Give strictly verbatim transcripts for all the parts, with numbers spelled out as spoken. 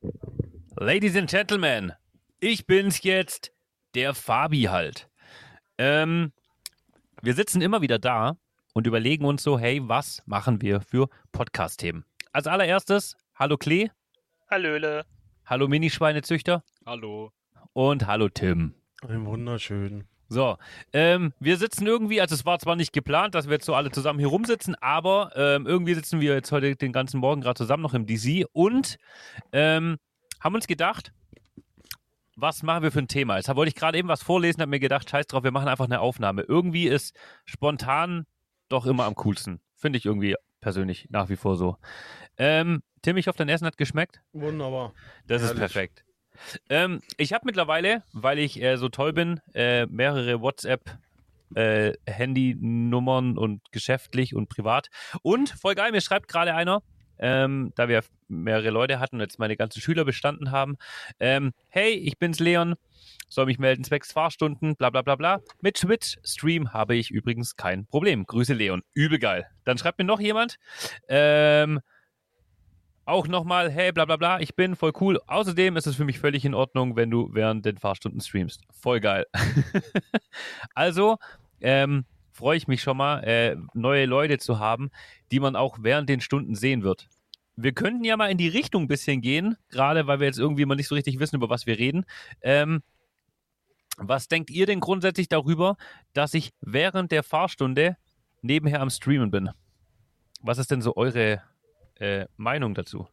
Ladies and Gentlemen, ich bin's jetzt, der Fabi halt. Ähm, wir sitzen immer wieder da und überlegen uns so, hey, was machen wir für Podcast-Themen? Als allererstes, hallo Klee. Hallöle. Hallo Minischweinezüchter. Hallo. Und hallo Tim. Ein wunderschön. So, ähm, wir sitzen irgendwie, also es war zwar nicht geplant, dass wir jetzt so alle zusammen hier rumsitzen, aber ähm, irgendwie sitzen wir jetzt heute den ganzen Morgen gerade zusammen noch im D C und ähm, haben uns gedacht, was machen wir für ein Thema? Jetzt wollte ich gerade eben was vorlesen, habe mir gedacht, scheiß drauf, wir machen einfach eine Aufnahme. Irgendwie ist spontan doch immer am coolsten. Finde ich irgendwie persönlich nach wie vor so. Ähm, Tim, ich hoffe, dein Essen hat geschmeckt. Wunderbar. Das Herrlich. ist perfekt. Ähm, ich habe mittlerweile, weil ich äh, so toll bin, äh, mehrere WhatsApp äh, Handynummern und geschäftlich und privat. Und voll geil, mir schreibt gerade einer, ähm, da wir mehrere Leute hatten und jetzt meine ganzen Schüler bestanden haben, ähm, hey, ich bin's Leon, soll mich melden, zwecks Fahrstunden, bla bla bla bla. Mit Twitch-Stream habe ich übrigens kein Problem. Grüße Leon, übel geil. Dann schreibt mir noch jemand, ähm, auch nochmal, hey, bla bla bla, ich bin voll cool. Außerdem ist es für mich völlig in Ordnung, wenn du während den Fahrstunden streamst. Voll geil. Also, ähm, freue ich mich schon mal, äh, neue Leute zu haben, die man auch während den Stunden sehen wird. Wir könnten ja mal in die Richtung ein bisschen gehen, gerade weil wir jetzt irgendwie mal nicht so richtig wissen, über was wir reden. Ähm, was denkt ihr denn grundsätzlich darüber, dass ich während der Fahrstunde nebenher am Streamen bin? Was ist denn so eure äh, Meinung dazu?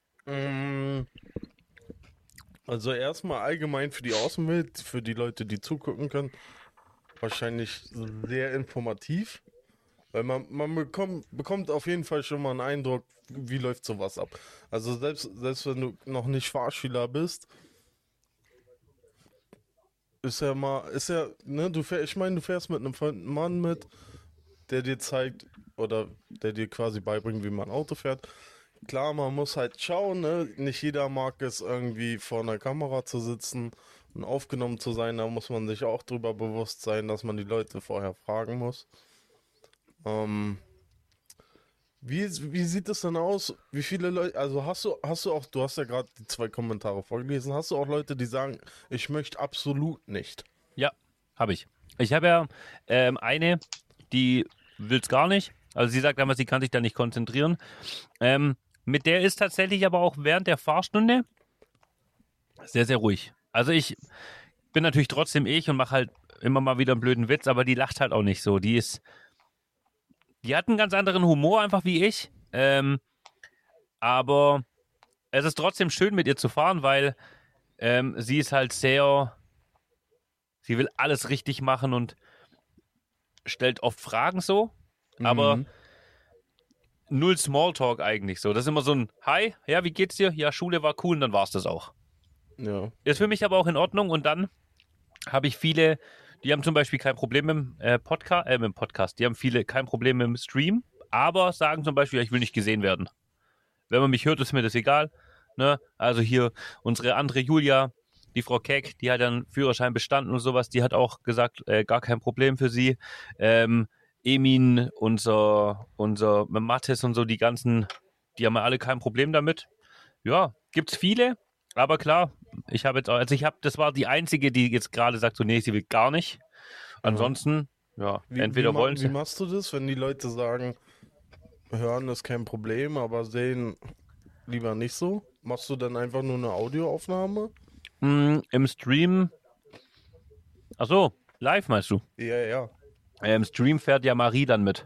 Also erstmal allgemein für die Außenwelt, für die Leute, die zugucken können, wahrscheinlich sehr informativ, weil man, man bekommt, bekommt auf jeden Fall schon mal einen Eindruck, wie läuft sowas ab. Also selbst, selbst wenn du noch nicht Fahrschüler bist, ist ja mal, ist ja, ne, du fährst, ich meine, du fährst mit einem fremden Mann mit, der dir zeigt oder der dir quasi beibringt, wie man Auto fährt. Klar, man muss halt schauen, ne? Nicht jeder mag es irgendwie vor einer Kamera zu sitzen und aufgenommen zu sein. Da muss man sich auch drüber bewusst sein, dass man die Leute vorher fragen muss. Ähm, wie, wie sieht es denn aus? Wie viele Leute, also hast du, hast du auch, du hast ja gerade die zwei Kommentare vorgelesen, hast du auch Leute, die sagen, ich möchte absolut nicht? Ja, habe ich. Ich habe ja ähm, eine, die will es gar nicht. Also sie sagt damals, sie kann sich da nicht konzentrieren. Ähm, mit der ist tatsächlich aber auch während der Fahrstunde sehr, sehr ruhig. Also ich bin natürlich trotzdem ich und mache halt immer mal wieder einen blöden Witz, aber die lacht halt auch nicht so. Die ist, die hat einen ganz anderen Humor einfach wie ich. Ähm, aber es ist trotzdem schön mit ihr zu fahren, weil ähm, sie ist halt sehr, sie will alles richtig machen und stellt oft Fragen so, aber Mhm. null Smalltalk eigentlich so. Das ist immer so ein Hi, ja, wie geht's dir? Ja, Schule war cool und dann war's das auch. Ja. Ist für mich aber auch in Ordnung und dann habe ich viele, die haben zum Beispiel kein Problem mit dem äh, Podcast, äh, mit dem Podcast, die haben viele kein Problem mit dem Stream, aber sagen zum Beispiel, ja, ich will nicht gesehen werden. Wenn man mich hört, ist mir das egal. Ne? Also hier unsere andere Julia, die Frau Keck, die hat dann Führerschein bestanden und sowas, die hat auch gesagt, äh, gar kein Problem für sie. Ähm, Emin, unser, unser Mathis und so, die ganzen, die haben ja alle kein Problem damit. Ja, gibt's viele, aber klar, ich habe jetzt auch, also ich habe, das war die einzige, die jetzt gerade sagt, so nee, sie will gar nicht. Ansonsten, ja, Wie, entweder wie, ma- wollen Wie sie. machst du das, wenn die Leute sagen, hören ist kein Problem, aber sehen lieber nicht so? Machst du dann einfach nur eine Audioaufnahme? Mm, Im Stream, ach so, live meinst du? Ja, ja. Äh, Im Stream fährt ja Marie dann mit.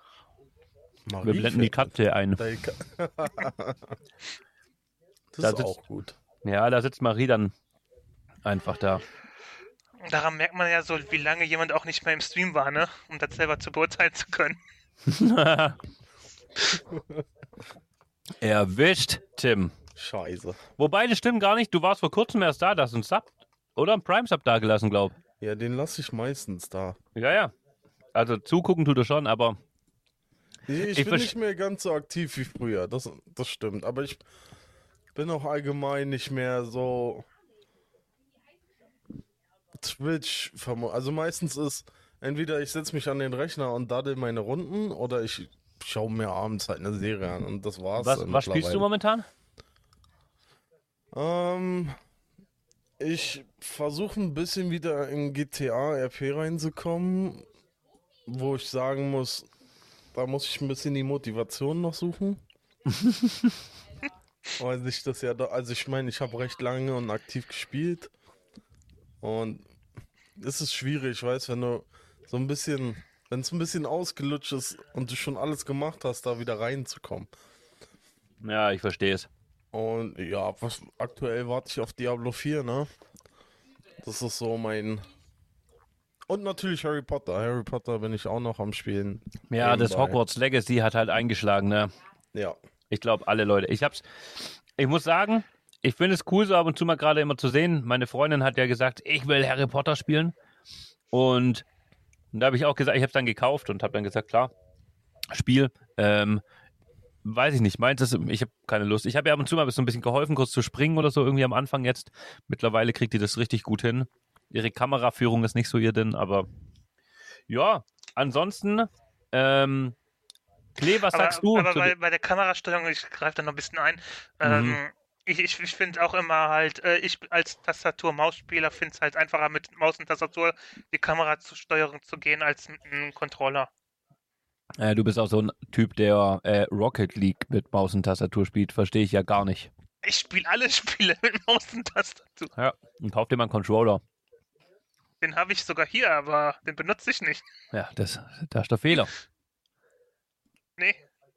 Marie Wir blenden die fährt mit. Katze ein. Deine Ka- Das Da ist sitzt- auch gut. Ja, da sitzt Marie dann einfach da. Daran merkt man ja so, wie lange jemand auch nicht mehr im Stream war, ne? Um das selber zu beurteilen zu können. Erwischt, Tim. Scheiße. Wobei, das stimmt gar nicht. Du warst vor kurzem erst da, da hast du einen Sub oder einen Prime-Sub da gelassen, glaub. Ja, den lasse ich meistens da. Ja, ja. Also zugucken tut er schon, aber Ich, ich Ich bin verst- nicht mehr ganz so aktiv wie früher, das, das stimmt. Aber ich bin auch allgemein nicht mehr so Twitch vermo- Also meistens ist, entweder ich setze mich an den Rechner und daddel meine Runden oder ich schaue mir abends halt eine Serie an und das war's. was, dann was spielst du mittlerweile. momentan? Ähm, ich versuche ein bisschen wieder in G T A R P reinzukommen, wo ich sagen muss, da muss ich ein bisschen die Motivation noch suchen. Weil sich das ja da, also ich meine, ich habe recht lange und aktiv gespielt und es ist schwierig, weißt, wenn du so ein bisschen, wenn es ein bisschen ausgelutscht ist und du schon alles gemacht hast, da wieder reinzukommen. Ja, ich verstehe es. Und ja, was aktuell warte ich auf Diablo vier, ne? Das ist so mein. Und natürlich Harry Potter. Harry Potter bin ich auch noch am Spielen. Ja, das Nebenbei. Hogwarts Legacy hat halt eingeschlagen, ne? Ja. Ich glaube, alle Leute. Ich hab's, ich muss sagen, ich finde es cool, so ab und zu mal gerade immer zu sehen. Meine Freundin hat ja gesagt, ich will Harry Potter spielen. Und da habe ich auch gesagt, ich habe es dann gekauft und habe dann gesagt, klar, Spiel. Ähm, weiß ich nicht, meins ist, ich habe keine Lust. Ich habe ja ab und zu mal so ein bisschen geholfen, kurz zu springen oder so, irgendwie am Anfang jetzt. Mittlerweile kriegt die das richtig gut hin. Ihre Kameraführung ist nicht so ihr Ding, aber ja, ansonsten, ähm, Klee, was Aber, sagst du? aber zu bei, de- bei der Kamerasteuerung, ich greife da noch ein bisschen ein, Mhm. ähm, ich, ich, ich finde auch immer halt, äh, ich als Tastatur-Maus-Spieler finde es halt einfacher mit Maus und Tastatur die Kamerasteuerung zu gehen als mit einem Controller. Äh, du bist auch so ein Typ, der äh, Rocket League mit Maus und Tastatur spielt. Verstehe ich ja gar nicht. Ich spiele alle Spiele mit Maus und Tastatur. Ja, und kauf dir mal einen Controller. Den habe ich sogar hier, aber den benutze ich nicht. Ja, das, das ist der Fehler. Nee,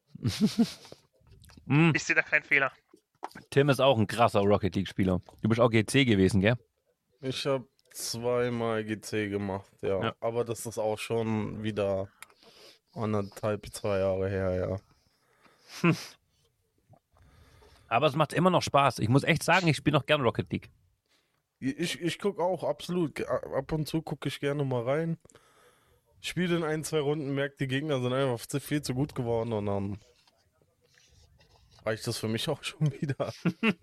Mm, ich sehe da keinen Fehler. Tim ist auch ein krasser Rocket League-Spieler. Du bist auch G C gewesen, gell? Ich habe zweimal G C gemacht, ja. Ja. Aber das ist auch schon wieder anderthalb, zwei Jahre her, ja. Aber es macht immer noch Spaß. Ich muss echt sagen, ich spiele noch gern Rocket League. Ich, ich gucke auch absolut. Ge- Ab und zu gucke ich gerne mal rein. Spiele in ein, zwei Runden, merke, die Gegner sind einfach zu- viel zu gut geworden und dann reicht das für mich auch schon wieder.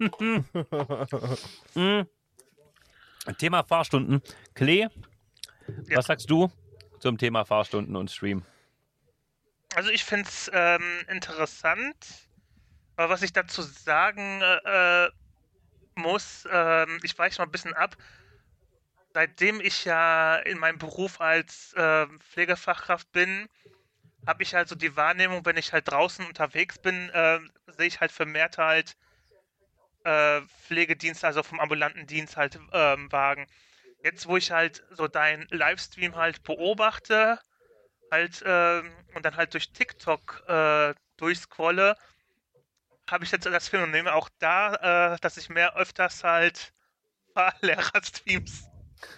Mm. Thema Fahrstunden. Klee, Ja. was sagst du zum Thema Fahrstunden und Stream? Also ich finde es ähm, interessant, aber was ich dazu sagen äh, muss, ähm, ich weiche mal ein bisschen ab. Seitdem ich ja in meinem Beruf als äh, Pflegefachkraft bin, habe ich halt so die Wahrnehmung, wenn ich halt draußen unterwegs bin, äh, sehe ich halt vermehrt halt äh, Pflegedienste, also vom ambulanten Dienst halt ähm, Wagen. Jetzt, wo ich halt so deinen Livestream halt beobachte, halt ähm, und dann halt durch TikTok äh, durchscrolle, habe ich jetzt das Phänomen auch da, äh, dass ich mehr öfters halt Fahrlehrer-Streams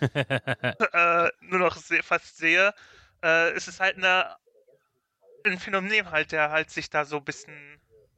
äh, nur noch se fast sehe. Äh, es ist halt eine, ein Phänomen halt, der halt sich da so ein bisschen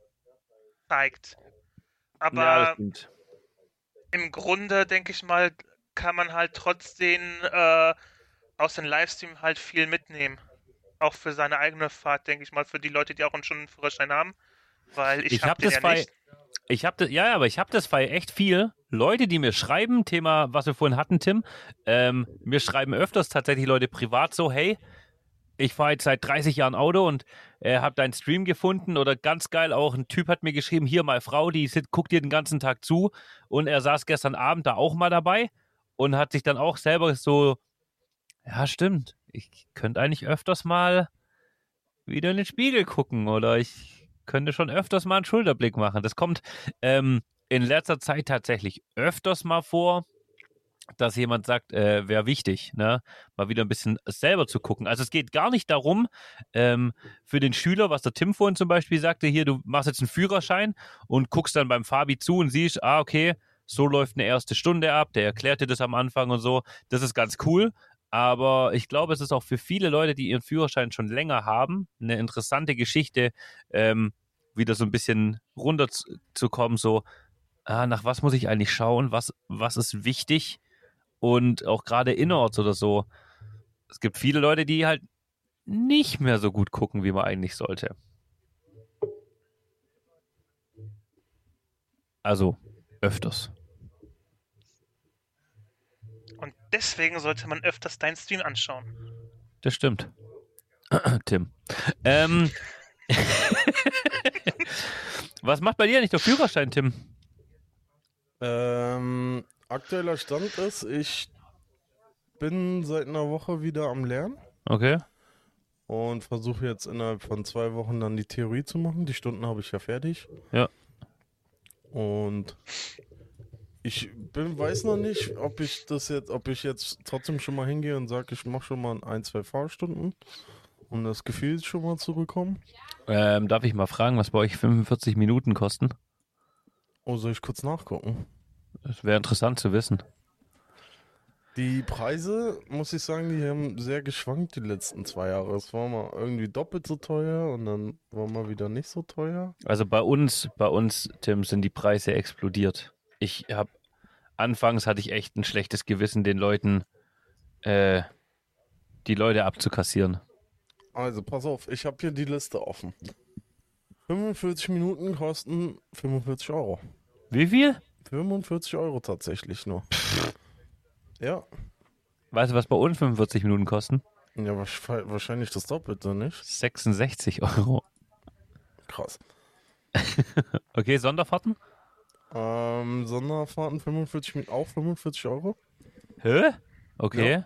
zeigt. Ja, das Aber stimmt. im Grunde, denke ich mal, kann man halt trotzdem äh, aus dem Livestream halt viel mitnehmen. Auch für seine eigene Fahrt, denke ich mal, für die Leute, die auch schon einen Führerschein haben. Weil ich, Ich habe habe den das ja bei, nicht. ich habe das, ja, ja, aber ich habe das bei echt viel Leute, die mir schreiben, Thema, was wir vorhin hatten, Tim. Ähm, mir schreiben öfters tatsächlich Leute privat so, hey, ich fahre jetzt seit dreißig Jahren Auto und äh, habe deinen Stream gefunden oder ganz geil auch, ein Typ hat mir geschrieben, hier meine Frau, die sit, guckt dir den ganzen Tag zu und er saß gestern Abend da auch mal dabei und hat sich dann auch selber so, ja stimmt, ich könnte eigentlich öfters mal wieder in den Spiegel gucken oder ich könnte schon öfters mal einen Schulterblick machen. Das kommt ähm, in letzter Zeit tatsächlich öfters mal vor, dass jemand sagt, äh, wäre wichtig, ne? Mal wieder ein bisschen selber zu gucken. Also es geht gar nicht darum, ähm, für den Schüler, was der Tim vorhin zum Beispiel sagte, hier, du machst jetzt einen Führerschein und guckst dann beim Fabi zu und siehst, ah, okay, so läuft eine erste Stunde ab, der erklärt dir das am Anfang und so. Das ist ganz cool. Aber ich glaube, es ist auch für viele Leute, die ihren Führerschein schon länger haben, eine interessante Geschichte, ähm, wieder so ein bisschen runterzukommen, so, ah, nach was muss ich eigentlich schauen, was, was ist wichtig und auch gerade innerorts oder so. Es gibt viele Leute, die halt nicht mehr so gut gucken, wie man eigentlich sollte. Also öfters. Und deswegen sollte man öfters deinen Stream anschauen. Das stimmt. Tim. Ähm, was macht bei dir nicht der Führerschein, Tim? Ähm, aktueller Stand ist, ich bin seit einer Woche wieder am Lernen Okay. und versuche jetzt innerhalb von zwei Wochen dann die Theorie zu machen. Die Stunden habe ich ja fertig. Ja. Und ich bin, weiß noch nicht, ob ich das jetzt, ob ich jetzt trotzdem schon mal hingehe und sage, ich mache schon mal ein, zwei Fahrstunden, um das Gefühl schon mal zu bekommen. Ähm, darf ich mal fragen, was bei euch fünfundvierzig Minuten kosten? Oh, soll ich kurz nachgucken? Das wäre interessant zu wissen. Die Preise, muss ich sagen, die haben sehr geschwankt die letzten zwei Jahre. Es war mal irgendwie doppelt so teuer und dann war mal wieder nicht so teuer. Also bei uns, bei uns, Tim, sind die Preise explodiert. Ich habe, anfangs hatte ich echt ein schlechtes Gewissen, den Leuten, äh, die Leute abzukassieren. Also, pass auf, ich habe hier die Liste offen. fünfundvierzig Minuten kosten fünfundvierzig Euro. Wie viel? fünfundvierzig Euro tatsächlich nur. Ja. Weißt du, was bei uns fünfundvierzig Minuten kosten? Ja, wahrsch- wahrscheinlich das Doppelte, nicht? sechsundsechzig Euro. Krass. Okay, Sonderfahrten? Ähm, Sonderfahrten fünfundvierzig Minuten, auch fünfundvierzig Euro? Hä? Okay. Ja.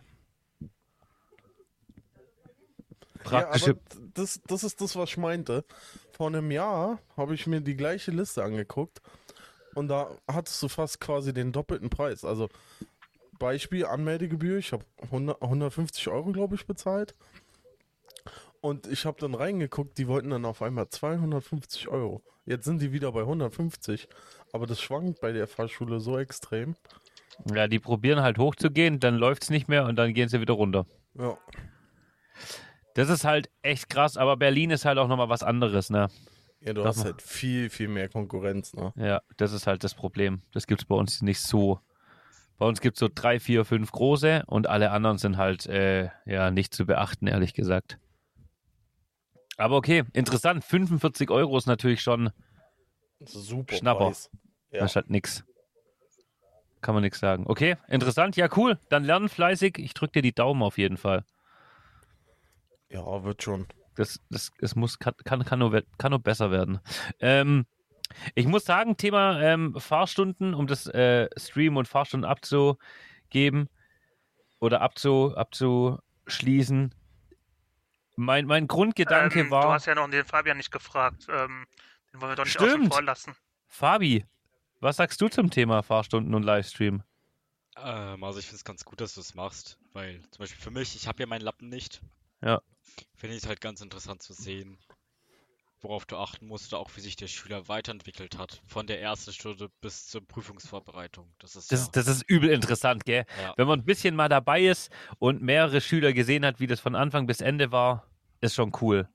Praktische. Ja, aber das, das ist das, was ich meinte. Vor einem Jahr habe ich mir die gleiche Liste angeguckt und da hattest du fast quasi den doppelten Preis. Also Beispiel Anmeldegebühr, ich habe hundertfünfzig Euro, glaube ich, bezahlt. Und ich habe dann reingeguckt, die wollten dann auf einmal zweihundertfünfzig Euro. Jetzt sind die wieder bei hundertfünfzig, aber das schwankt bei der Fahrschule so extrem. Ja, die probieren halt hochzugehen, dann läuft's nicht mehr und dann gehen sie wieder runter. Ja. Das ist halt echt krass, aber Berlin ist halt auch nochmal was anderes, ne? Ja, du Darf hast man- halt viel, viel mehr Konkurrenz, ne? Ja, das ist halt das Problem. Das gibt's bei uns nicht so. Bei uns gibt's so drei, vier, fünf große und alle anderen sind halt äh, ja nicht zu beachten, ehrlich gesagt. Aber okay, interessant. fünfundvierzig Euro ist natürlich schon, Super Schnapper. Preis. Ja. das ist halt nix. Kann man nichts sagen. Okay, interessant. Ja, cool. Dann lernen fleißig. Ich drück dir die Daumen auf jeden Fall. Ja, wird schon. Das, das, es muss, kann, kann, kann, nur, we- kann nur besser werden. Ähm, ich muss sagen, Thema ähm, Fahrstunden, um das äh, Stream und Fahrstunden abzugeben oder abzu, abzuschließen. Mein, mein Grundgedanke Ähm, war. Du hast ja noch den Fabian nicht gefragt. Ähm, den wollen wir doch nicht außen Stimmt. vor lassen. Fabi, was sagst du zum Thema Fahrstunden und Livestream? Ähm, also ich finde es ganz gut, dass du es machst, weil zum Beispiel für mich, ich habe ja meinen Lappen nicht. Ja. Finde ich es halt ganz interessant zu sehen, worauf du achten musst oder auch wie sich der Schüler weiterentwickelt hat, von der ersten Stunde bis zur Prüfungsvorbereitung. Das ist Das, ja, ist- das ist übel interessant, gell? ja, Wenn man ein bisschen mal dabei ist und mehrere Schüler gesehen hat, wie das von Anfang bis Ende war, ist schon cool.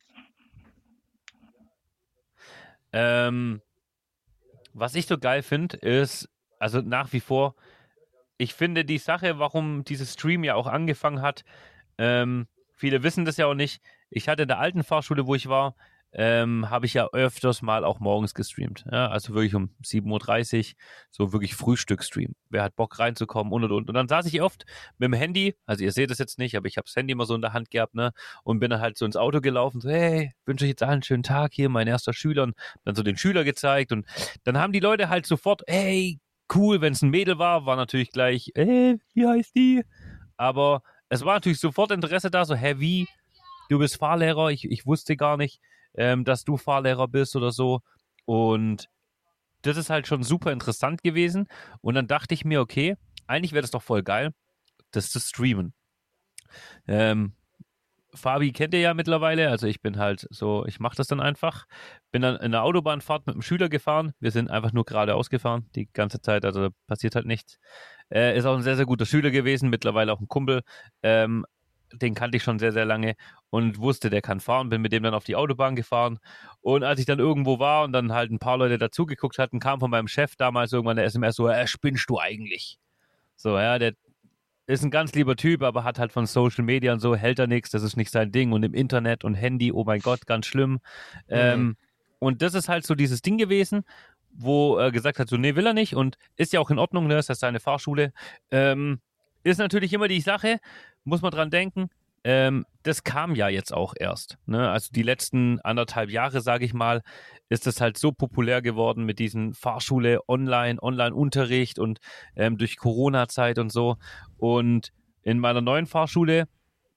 Ähm, was ich so geil finde, ist, also nach wie vor, ich finde die Sache, warum dieses Stream ja auch angefangen hat, ähm, viele wissen das ja auch nicht. Ich hatte in der alten Fahrschule, wo ich war, ähm, habe ich ja öfters mal auch morgens gestreamt. Ja, also wirklich um sieben Uhr dreißig, so wirklich Frühstück-Stream. Wer hat Bock reinzukommen und und und. Und dann saß ich oft mit dem Handy, also ihr seht das jetzt nicht, aber ich habe das Handy immer so in der Hand gehabt, ne? Und bin dann halt so ins Auto gelaufen, so, hey, wünsche euch jetzt allen einen schönen Tag hier, mein erster Schüler. Und dann so den Schüler gezeigt und dann haben die Leute halt sofort, hey, cool, wenn es ein Mädel war, war natürlich gleich, hey, wie heißt die? Aber es war natürlich sofort Interesse da, so, hä, wie? Du bist Fahrlehrer, ich, ich wusste gar nicht, ähm, dass du Fahrlehrer bist oder so. Und das ist halt schon super interessant gewesen. Und dann dachte ich mir, okay, eigentlich wäre das doch voll geil, das zu streamen. Ähm, Fabi kennt ihr ja mittlerweile, also ich bin halt so, ich mache das dann einfach. Bin dann in einer Autobahnfahrt mit einem Schüler gefahren. Wir sind einfach nur geradeaus gefahren, die ganze Zeit, also da passiert halt nichts. Äh, ist auch ein sehr, sehr guter Schüler gewesen, mittlerweile auch ein Kumpel. Ähm, den kannte ich schon sehr, sehr lange und wusste, der kann fahren. Bin mit dem dann auf die Autobahn gefahren. Und als ich dann irgendwo war und dann halt ein paar Leute dazugeguckt hatten, kam von meinem Chef damals irgendwann der S M S so, äh, spinnst du eigentlich? So, ja, der ist ein ganz lieber Typ, aber hat halt von Social Media und so, hält er nichts, das ist nicht sein Ding. Und im Internet und Handy, oh mein Gott, ganz schlimm. Mhm. Ähm, und das ist halt so dieses Ding gewesen, wo er gesagt hat, so, nee, will er nicht. Und ist ja auch in Ordnung, ne? Das ist seine Fahrschule. Ähm, ist natürlich immer die Sache, muss man dran denken, ähm, das kam ja jetzt auch erst. Ne? Also die letzten anderthalb Jahre, sage ich mal, ist es halt so populär geworden mit diesen Fahrschule, Online, Online-Unterricht und ähm, durch Corona-Zeit und so. Und in meiner neuen Fahrschule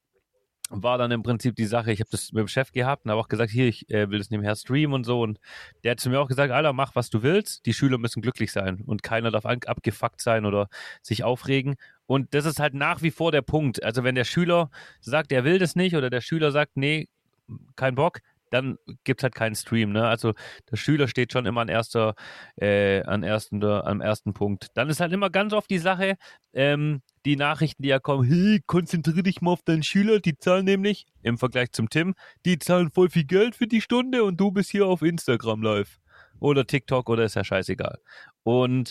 war dann im Prinzip die Sache, ich habe das mit dem Chef gehabt und habe auch gesagt, hier, ich äh, will das nebenher streamen und so. Und der hat zu mir auch gesagt, Alter, mach, was du willst. Die Schüler müssen glücklich sein und keiner darf an- abgefuckt sein oder sich aufregen. Und das ist halt nach wie vor der Punkt. Also wenn der Schüler sagt, er will das nicht oder der Schüler sagt, nee, kein Bock, dann gibt es halt keinen Stream. Ne? Also der Schüler steht schon immer an erster, äh, an ersten, am ersten Punkt. Dann ist halt immer ganz oft die Sache, ähm, die Nachrichten, die ja kommen, hey, konzentriere dich mal auf deinen Schüler, die zahlen nämlich, im Vergleich zum Tim, die zahlen voll viel Geld für die Stunde und du bist hier auf Instagram live. Oder TikTok oder ist ja scheißegal. Und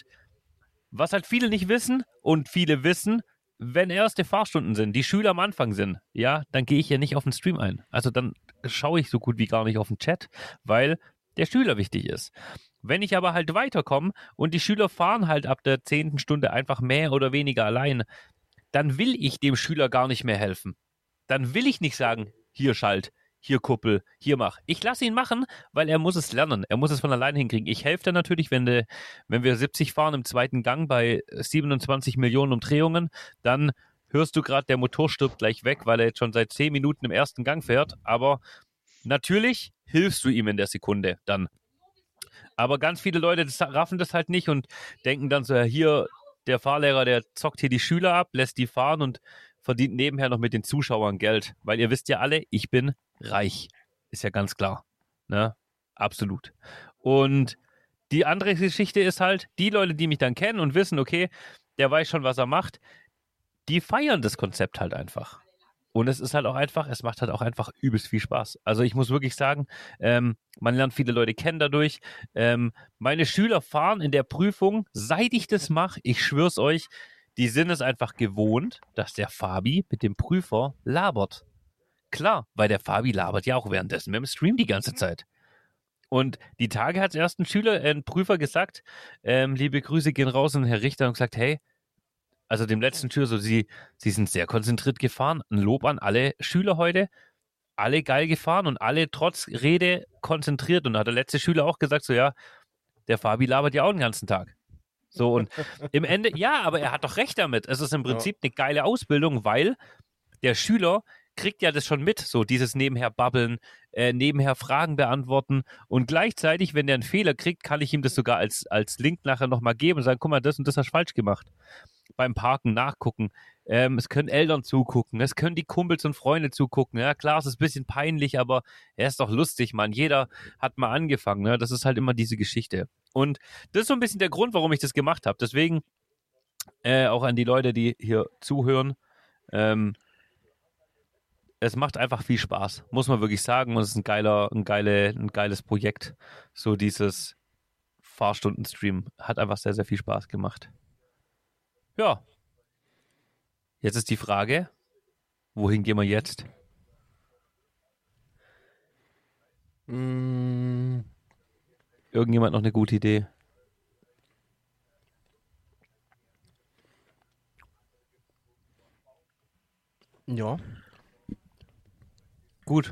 was halt viele nicht wissen und viele wissen, wenn erste Fahrstunden sind, die Schüler am Anfang sind, ja, dann gehe ich ja nicht auf den Stream ein. Also dann schaue ich so gut wie gar nicht auf den Chat, weil der Schüler wichtig ist. Wenn ich aber halt weiterkomme und die Schüler fahren halt ab der zehnten Stunde einfach mehr oder weniger allein, dann will ich dem Schüler gar nicht mehr helfen. Dann will ich nicht sagen, hier schalt, hier kuppel, hier mach. Ich lasse ihn machen, weil er muss es lernen. Er muss es von alleine hinkriegen. Ich helfe dann natürlich, wenn, de, wenn wir siebzig fahren im zweiten Gang bei siebenundzwanzig Millionen Umdrehungen, dann hörst du gerade, der Motor stirbt gleich weg, weil er jetzt schon seit zehn Minuten im ersten Gang fährt. Aber natürlich hilfst du ihm in der Sekunde dann. Aber ganz viele Leute das raffen das halt nicht und denken dann so, ja, hier, der Fahrlehrer, der zockt hier die Schüler ab, lässt die fahren und verdient nebenher noch mit den Zuschauern Geld. Weil ihr wisst ja alle, ich bin reich. Ist ja ganz klar. Ne? Absolut. Und die andere Geschichte ist halt, die Leute, die mich dann kennen und wissen, okay, der weiß schon, was er macht, die feiern das Konzept halt einfach. Und es ist halt auch einfach, es macht halt auch einfach übelst viel Spaß. Also ich muss wirklich sagen, ähm, man lernt viele Leute kennen dadurch. Ähm, meine Schüler fahren in der Prüfung, seit ich das mache, ich schwör's euch, die sind es einfach gewohnt, dass der Fabi mit dem Prüfer labert. Klar, weil der Fabi labert ja auch währenddessen mit dem Stream die ganze Zeit. Und die Tage hat erst ein Schüler, äh, ein Prüfer gesagt, ähm, liebe Grüße gehen raus an Herr Richter und gesagt, hey, also dem letzten Schüler, so sie, sie sind sehr konzentriert gefahren. Ein Lob an alle Schüler heute. Alle geil gefahren und alle trotz Rede konzentriert. Und da hat der letzte Schüler auch gesagt, so ja, der Fabi labert ja auch den ganzen Tag. So und im Ende, ja, aber er hat doch recht damit. Es ist im Prinzip eine geile Ausbildung, weil der Schüler kriegt ja das schon mit, so dieses nebenher babbeln, äh, nebenher Fragen beantworten und gleichzeitig, wenn der einen Fehler kriegt, kann ich ihm das sogar als, als Link nachher nochmal geben und sagen, guck mal, das und das hast du falsch gemacht. Beim Parken nachgucken. Ähm, es können Eltern zugucken, es können die Kumpels und Freunde zugucken. Ja, klar, es ist ein bisschen peinlich, aber er ist doch lustig, Mann. Jeder hat mal angefangen. Ne? Das ist halt immer diese Geschichte. Und das ist so ein bisschen der Grund, warum ich das gemacht habe. Deswegen äh, auch an die Leute, die hier zuhören. Ähm, es macht einfach viel Spaß, muss man wirklich sagen. Und es ist ein geiler, ein, geile, ein geiles Projekt. So dieses Fahrstunden-Stream hat einfach sehr, sehr viel Spaß gemacht. Ja. Jetzt ist die Frage, wohin gehen wir jetzt? Mm. Irgendjemand noch eine gute Idee? Ja. Gut.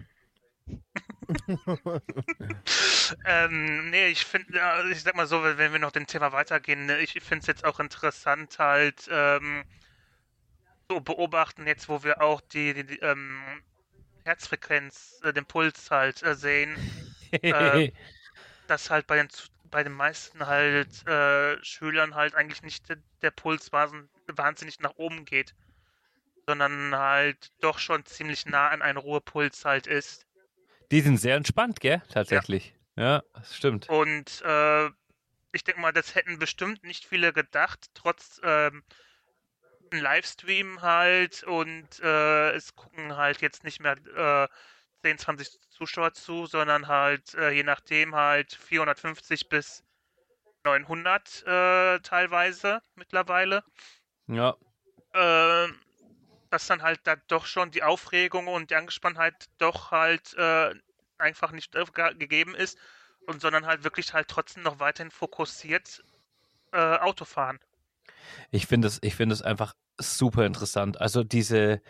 ähm, nee, ich finde, ich sag mal so, wenn wir noch dem Thema weitergehen, ne, ich finde es jetzt auch interessant halt ähm, so beobachten, jetzt wo wir auch die, die, die ähm, Herzfrequenz, äh, den Puls halt äh, sehen, äh, dass halt bei den bei den meisten halt äh, Schülern halt eigentlich nicht der, der Puls wahnsinnig nach oben geht, sondern halt doch schon ziemlich nah an einen Ruhepuls halt ist. Die sind sehr entspannt, gell? Tatsächlich. Ja, ja, das stimmt. Und äh, ich denke mal, das hätten bestimmt nicht viele gedacht, trotz ähm, ein Livestream halt und äh, es gucken halt jetzt nicht mehr äh, zehn, zwanzig Zuschauer zu, sondern halt äh, je nachdem halt vierhundertfünfzig bis neunhundert äh, teilweise mittlerweile. Ja. Äh, dass dann halt da doch schon die Aufregung und die Angespanntheit doch halt äh, einfach nicht äh, gegeben ist und sondern halt wirklich halt trotzdem noch weiterhin fokussiert äh, Autofahren. Ich finde es, ich finde es einfach super interessant. Also diese,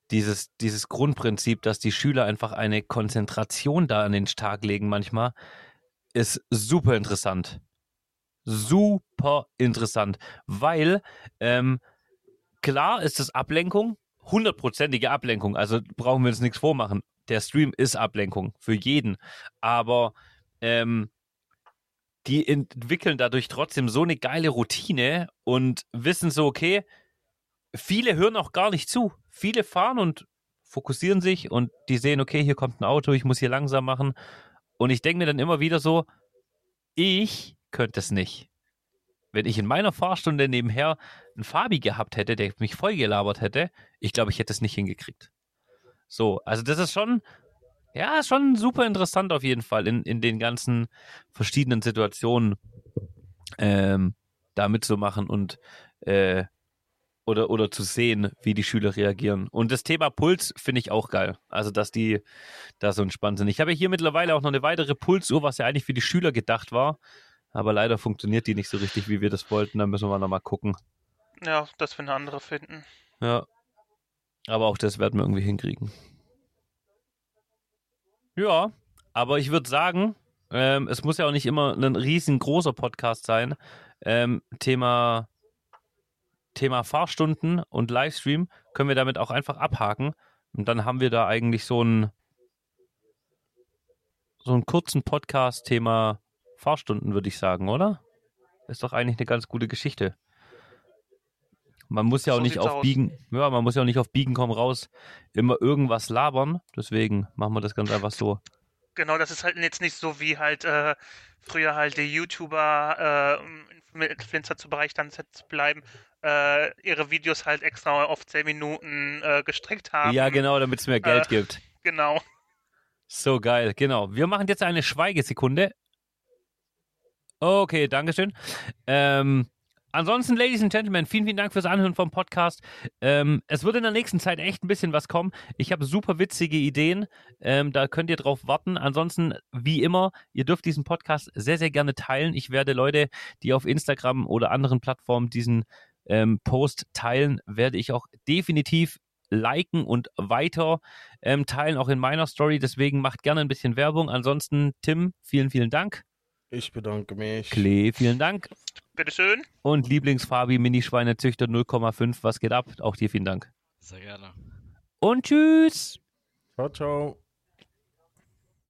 dieses, dieses Grundprinzip, dass die Schüler einfach eine Konzentration da an den Tag legen manchmal, ist super interessant. Super interessant, weil ähm, klar ist es Ablenkung, hundertprozentige Ablenkung, also brauchen wir uns nichts vormachen. Der Stream ist Ablenkung für jeden, aber ähm, die entwickeln dadurch trotzdem so eine geile Routine und wissen so, okay, viele hören auch gar nicht zu. Viele fahren und fokussieren sich und die sehen, okay, hier kommt ein Auto, ich muss hier langsam machen. Und ich denke mir dann immer wieder so, ich könnte es nicht. Wenn ich in meiner Fahrstunde nebenher einen Fabi gehabt hätte, der mich voll gelabert hätte, ich glaube, ich hätte es nicht hingekriegt. So, also das ist schon, ja, schon super interessant auf jeden Fall in, in den ganzen verschiedenen Situationen ähm, da mitzumachen und äh, oder, oder zu sehen, wie die Schüler reagieren. Und das Thema Puls finde ich auch geil. Also, dass die da so entspannt sind. Ich habe hier mittlerweile auch noch eine weitere Pulsuhr, was ja eigentlich für die Schüler gedacht war. Aber leider funktioniert die nicht so richtig, wie wir das wollten. Da müssen wir nochmal gucken. Ja, dass wir eine andere finden. Ja. Aber auch das werden wir irgendwie hinkriegen. Ja, aber ich würde sagen, ähm, es muss ja auch nicht immer ein riesengroßer Podcast sein. Ähm, Thema, Thema Fahrstunden und Livestream können wir damit auch einfach abhaken. Und dann haben wir da eigentlich so einen, so einen kurzen Podcast, Thema Fahrstunden, würde ich sagen, oder? Ist doch eigentlich eine ganz gute Geschichte. Man muss ja auch So nicht sieht's auf aus. Biegen, ja, man muss ja auch nicht auf Biegen komm raus immer irgendwas labern. Deswegen machen wir das ganz einfach so. Genau, das ist halt jetzt nicht so wie halt äh, früher halt die YouTuber äh, im Influencer-Bereich dann zu bleiben, äh, ihre Videos halt extra auf zehn Minuten äh, gestreckt haben. Ja, genau, damit es mehr Geld äh, gibt. Genau. So geil, genau. Wir machen jetzt eine Schweigesekunde. Okay, Dankeschön. Ähm, ansonsten, Ladies and Gentlemen, vielen, vielen Dank fürs Anhören vom Podcast. Ähm, es wird in der nächsten Zeit echt ein bisschen was kommen. Ich habe super witzige Ideen. Ähm, da könnt ihr drauf warten. Ansonsten, wie immer, ihr dürft diesen Podcast sehr, sehr gerne teilen. Ich werde Leute, die auf Instagram oder anderen Plattformen diesen ähm, Post teilen, werde ich auch definitiv liken und weiter ähm, teilen, auch in meiner Story. Deswegen macht gerne ein bisschen Werbung. Ansonsten, Tim, vielen, vielen Dank. Ich bedanke mich. Klee, vielen Dank. Bitteschön. Und Lieblingsfabi, Minischweinezüchter null Komma fünf, was geht ab? Auch dir vielen Dank. Sehr gerne. Und tschüss. Ciao, ciao.